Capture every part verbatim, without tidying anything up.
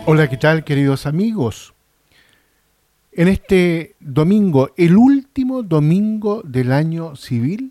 Hola, ¿qué tal, queridos amigos? En este domingo, el último domingo del año civil,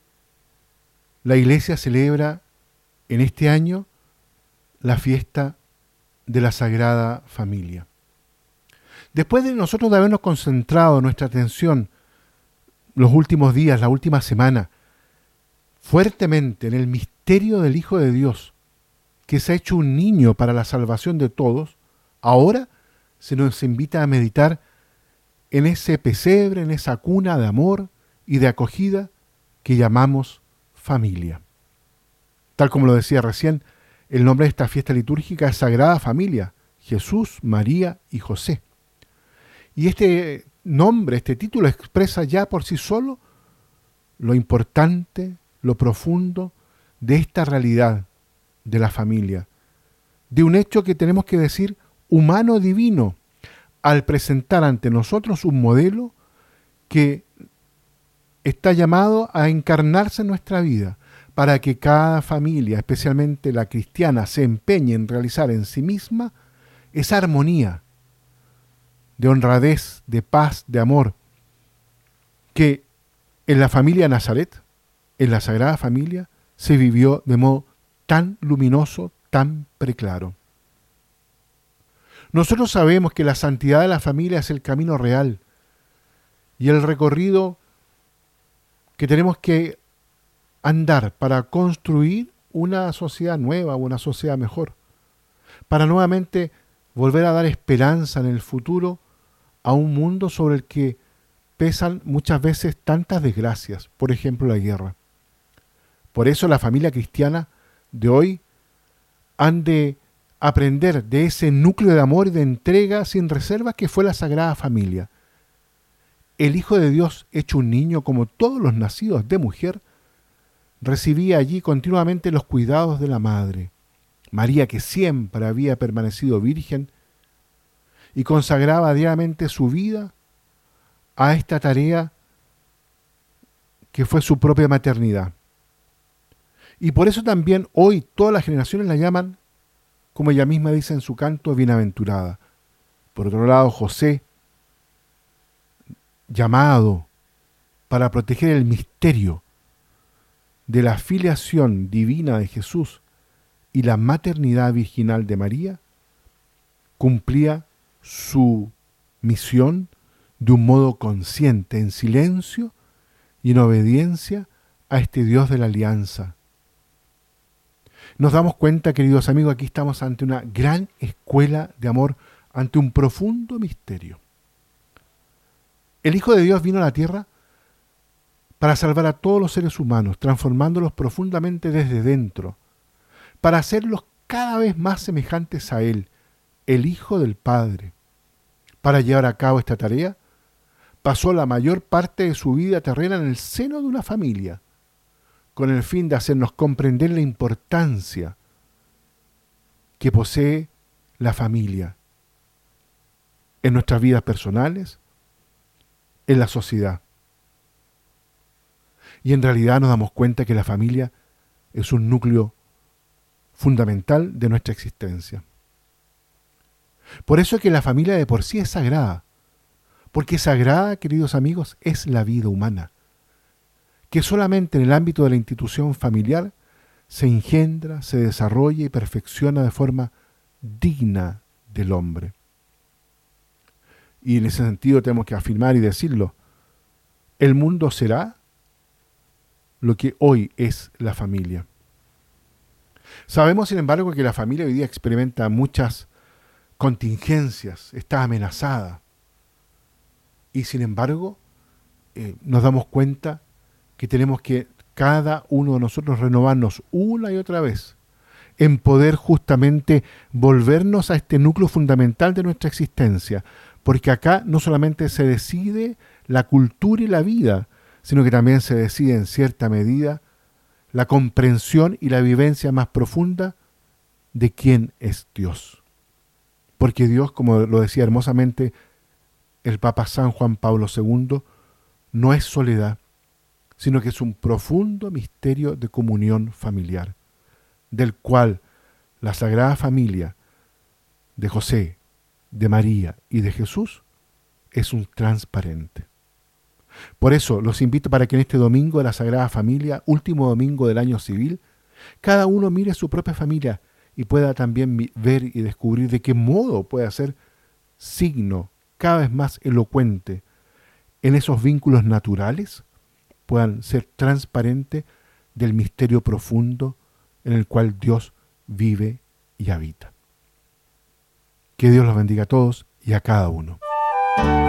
la Iglesia celebra en este año la fiesta de la Sagrada Familia. Después de nosotros de habernos concentrado nuestra atención los últimos días, la última semana, fuertemente en el misterio del Hijo de Dios, que se ha hecho un niño para la salvación de todos, ahora se nos invita a meditar en ese pesebre, en esa cuna de amor y de acogida que llamamos familia. Tal como lo decía recién, el nombre de esta fiesta litúrgica es Sagrada Familia, Jesús, María y José. Y este nombre, este título expresa ya por sí solo lo importante, lo profundo de esta realidad de la familia, de un hecho que tenemos que decir humano-divino, al presentar ante nosotros un modelo que está llamado a encarnarse en nuestra vida, para que cada familia, especialmente la cristiana, se empeñe en realizar en sí misma esa armonía de honradez, de paz, de amor, que en la familia Nazaret, en la Sagrada Familia, se vivió de modo tan luminoso, tan preclaro. Nosotros sabemos que la santidad de la familia es el camino real y el recorrido que tenemos que andar para construir una sociedad nueva, una sociedad mejor, para nuevamente volver a dar esperanza en el futuro a un mundo sobre el que pesan muchas veces tantas desgracias, por ejemplo la guerra. Por eso la familia cristiana de hoy han de aprender de ese núcleo de amor y de entrega sin reservas que fue la Sagrada Familia. El Hijo de Dios, hecho un niño como todos los nacidos de mujer, recibía allí continuamente los cuidados de la Madre, María, que siempre había permanecido virgen y consagraba diariamente su vida a esta tarea que fue su propia maternidad. Y por eso también hoy todas las generaciones la llaman, como ella misma dice en su canto, bienaventurada. Por otro lado, José, llamado para proteger el misterio de la filiación divina de Jesús y la maternidad virginal de María, cumplía su misión de un modo consciente, en silencio y en obediencia a este Dios de la alianza. Nos damos cuenta, queridos amigos, aquí estamos ante una gran escuela de amor, ante un profundo misterio. El Hijo de Dios vino a la tierra para salvar a todos los seres humanos, transformándolos profundamente desde dentro, para hacerlos cada vez más semejantes a Él, el Hijo del Padre. Para llevar a cabo esta tarea, pasó la mayor parte de su vida terrena en el seno de una familia, con el fin de hacernos comprender la importancia que posee la familia en nuestras vidas personales, en la sociedad. Y en realidad nos damos cuenta que la familia es un núcleo fundamental de nuestra existencia. Por eso es que la familia de por sí es sagrada, porque sagrada, queridos amigos, es la vida humana, que solamente en el ámbito de la institución familiar se engendra, se desarrolla y perfecciona de forma digna del hombre. Y en ese sentido tenemos que afirmar y decirlo, el mundo será lo que hoy es la familia. Sabemos, sin embargo, que la familia hoy día experimenta muchas contingencias, está amenazada. Y sin embargo, eh, nos damos cuenta que tenemos que cada uno de nosotros renovarnos una y otra vez en poder justamente volvernos a este núcleo fundamental de nuestra existencia, porque acá no solamente se decide la cultura y la vida, sino que también se decide en cierta medida la comprensión y la vivencia más profunda de quién es Dios. Porque Dios, como lo decía hermosamente el Papa San Juan Pablo segundo, no es soledad, sino que es un profundo misterio de comunión familiar, del cual la Sagrada Familia de José, de María y de Jesús es un transparente. Por eso los invito para que en este domingo de la Sagrada Familia, último domingo del año civil, cada uno mire su propia familia y pueda también ver y descubrir de qué modo puede ser signo cada vez más elocuente en esos vínculos naturales, puedan ser transparentes del misterio profundo en el cual Dios vive y habita. Que Dios los bendiga a todos y a cada uno.